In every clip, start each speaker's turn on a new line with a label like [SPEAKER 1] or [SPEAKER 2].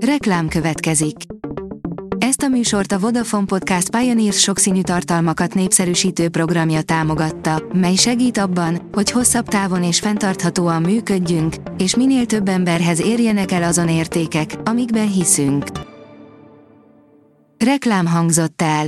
[SPEAKER 1] Reklám következik. Ezt a műsort a Vodafone Podcast Pioneers sokszínű tartalmakat népszerűsítő programja támogatta, mely segít abban, hogy hosszabb távon és fenntarthatóan működjünk, és minél több emberhez érjenek el azon értékek, amikben hiszünk. Reklám hangzott el.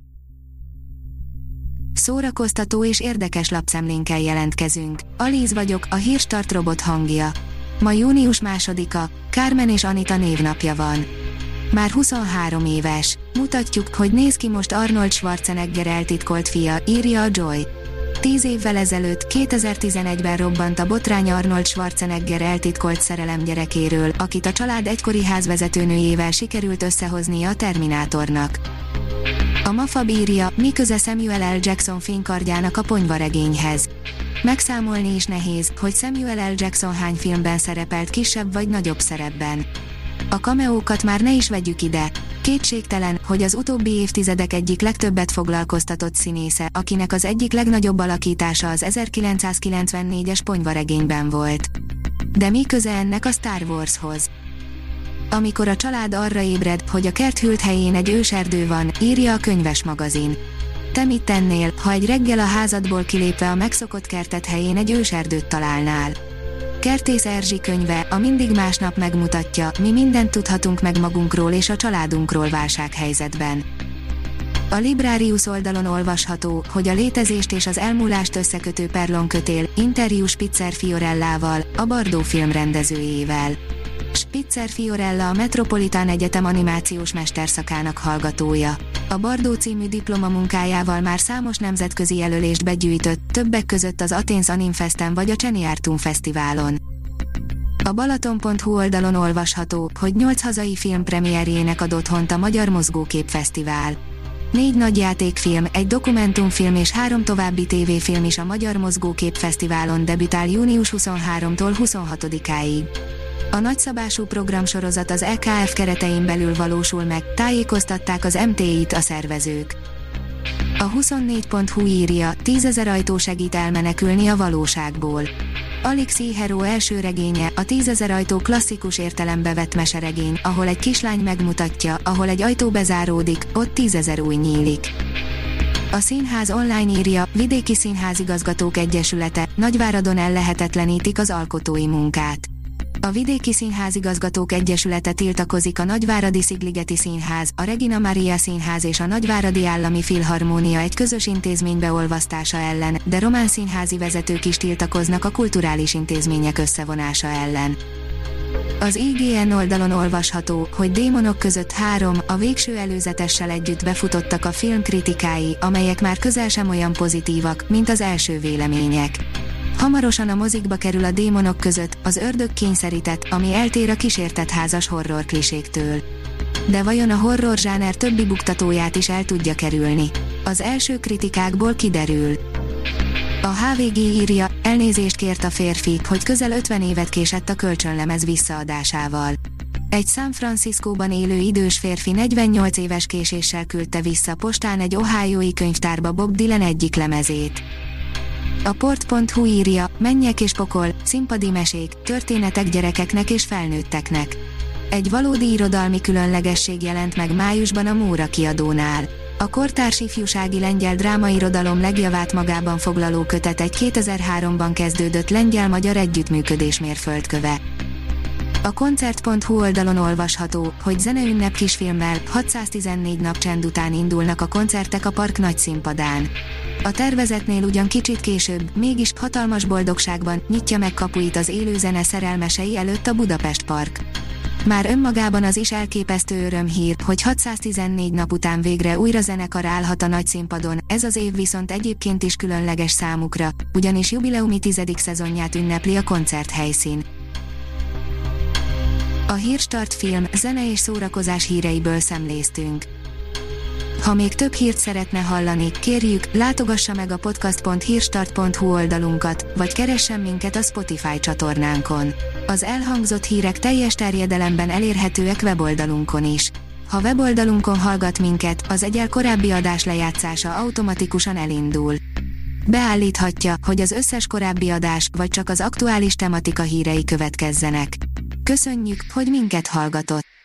[SPEAKER 1] Szórakoztató és érdekes lapszemlénkkel jelentkezünk. Alíz vagyok, a Hírstart robot hangja. Ma június 2-a, Carmen és Anita névnapja van. Már 23 éves. Mutatjuk, hogy néz ki most Arnold Schwarzenegger eltitkolt fia, írja a Joy. 10 évvel ezelőtt, 2011-ben robbant a botrány Arnold Schwarzenegger eltitkolt szerelem gyerekéről, akit a család egykori házvezetőnőjével sikerült összehoznia a Terminátornak. A Mafab írja, mi köze Samuel L. Jackson fénykardjának a ponyvaregényhez. Megszámolni is nehéz, hogy Samuel L. Jackson hány filmben szerepelt kisebb vagy nagyobb szerepben. A cameókat már ne is vegyük ide. Kétségtelen, hogy az utóbbi évtizedek egyik legtöbbet foglalkoztatott színésze, akinek az egyik legnagyobb alakítása az 1994-es ponyvaregényben volt. De mi köze ennek a Star Warshoz? Amikor a család arra ébred, hogy a kert hűlt helyén egy őserdő van, írja a Könyves magazin. Te mit tennél, ha egy reggel a házadból kilépve a megszokott kertet helyén egy őserdőt találnál? Kertész Erzsi könyve, a Mindig másnap megmutatja, mi mindent tudhatunk meg magunkról és a családunkról válsághelyzetben. A Librarius oldalon olvasható, hogy a létezést és az elmúlást összekötő perlonkötél, interjú Spitzer Fiorellával, a Bardo film rendezőjével. Spitzer Fiorella a Metropolitán Egyetem animációs mesterszakának hallgatója. A Bardo című diplomamunkájával már számos nemzetközi jelölést begyűjtött, többek között az Athens Animfesten vagy a Cseniártún Fesztiválon. A Balaton.hu oldalon olvasható, hogy 8 hazai film premierjének ad otthont a Magyar Mozgókép Fesztivál. 4 nagy játékfilm, egy dokumentumfilm és 3 további tévéfilm is a Magyar Mozgókép Fesztiválon debütál június 23-tól 26-áig. A nagyszabású programsorozat az EKF keretein belül valósul meg, tájékoztatták az MTI-t a szervezők. A 24.hu írja, 10 000 ajtó segít elmenekülni a valóságból. Alexei Heró első regénye, a 10 000 ajtó klasszikus értelembe vett meseregény, ahol egy kislány megmutatja, ahol egy ajtó bezáródik, ott 10 000 új nyílik. A Színház online írja, Vidéki Színházigazgatók Egyesülete, Nagyváradon ellehetetlenítik az alkotói munkát. A Vidéki Színházigazgatók Egyesülete tiltakozik a Nagyváradi Szigligeti Színház, a Regina Maria Színház és a Nagyváradi Állami Filharmónia egy közös intézménybe olvasztása ellen, de román színházi vezetők is tiltakoznak a kulturális intézmények összevonása ellen. Az IGN oldalon olvasható, hogy Démonok között 3, a végső előzetessel együtt befutottak a film kritikái, amelyek már közel sem olyan pozitívak, mint az első vélemények. Hamarosan a mozikba kerül a Démonok között, az ördög kényszerített, ami eltér a kísértett házas horror kliséktől. De vajon a horror zsáner többi buktatóját is el tudja kerülni? Az első kritikákból kiderül. A HVG írja, elnézést kért a férfi, hogy közel 50 évet késett a kölcsönlemez visszaadásával. Egy San Franciscóban élő idős férfi 48 éves késéssel küldte vissza postán egy ohiói könyvtárba Bob Dylan egyik lemezét. A port.hu írja, Mennyek és pokol, színpadi mesék, történetek gyerekeknek és felnőtteknek. Egy valódi irodalmi különlegesség jelent meg májusban a Móra kiadónál. A kortárs ifjúsági lengyel drámairodalom legjavát magában foglaló kötet egy 2003-ban kezdődött lengyel-magyar együttműködés mérföldköve. A koncert.hu oldalon olvasható, hogy zeneünnep kisfilmmel 614 nap csend után indulnak a koncertek a park nagy színpadán. A tervezetnél ugyan kicsit később, mégis hatalmas boldogságban nyitja meg kapuit az élőzene szerelmesei előtt a Budapest Park. Már önmagában az is elképesztő örömhír, hogy 614 nap után végre újra zenekar állhat a nagy színpadon, ez az év viszont egyébként is különleges számukra, ugyanis jubileumi 10. szezonját ünnepli a koncerthelyszín. A Hírstart film, zene és szórakozás híreiből szemléztünk. Ha még több hírt szeretne hallani, kérjük, látogassa meg a podcast.hírstart.hu oldalunkat, vagy keressen minket a Spotify csatornánkon. Az elhangzott hírek teljes terjedelemben elérhetőek weboldalunkon is. Ha weboldalunkon hallgat minket, az egyel korábbi adás lejátszása automatikusan elindul. Beállíthatja, hogy az összes korábbi adás, vagy csak az aktuális tematika hírei következzenek. Köszönjük, hogy minket hallgatott!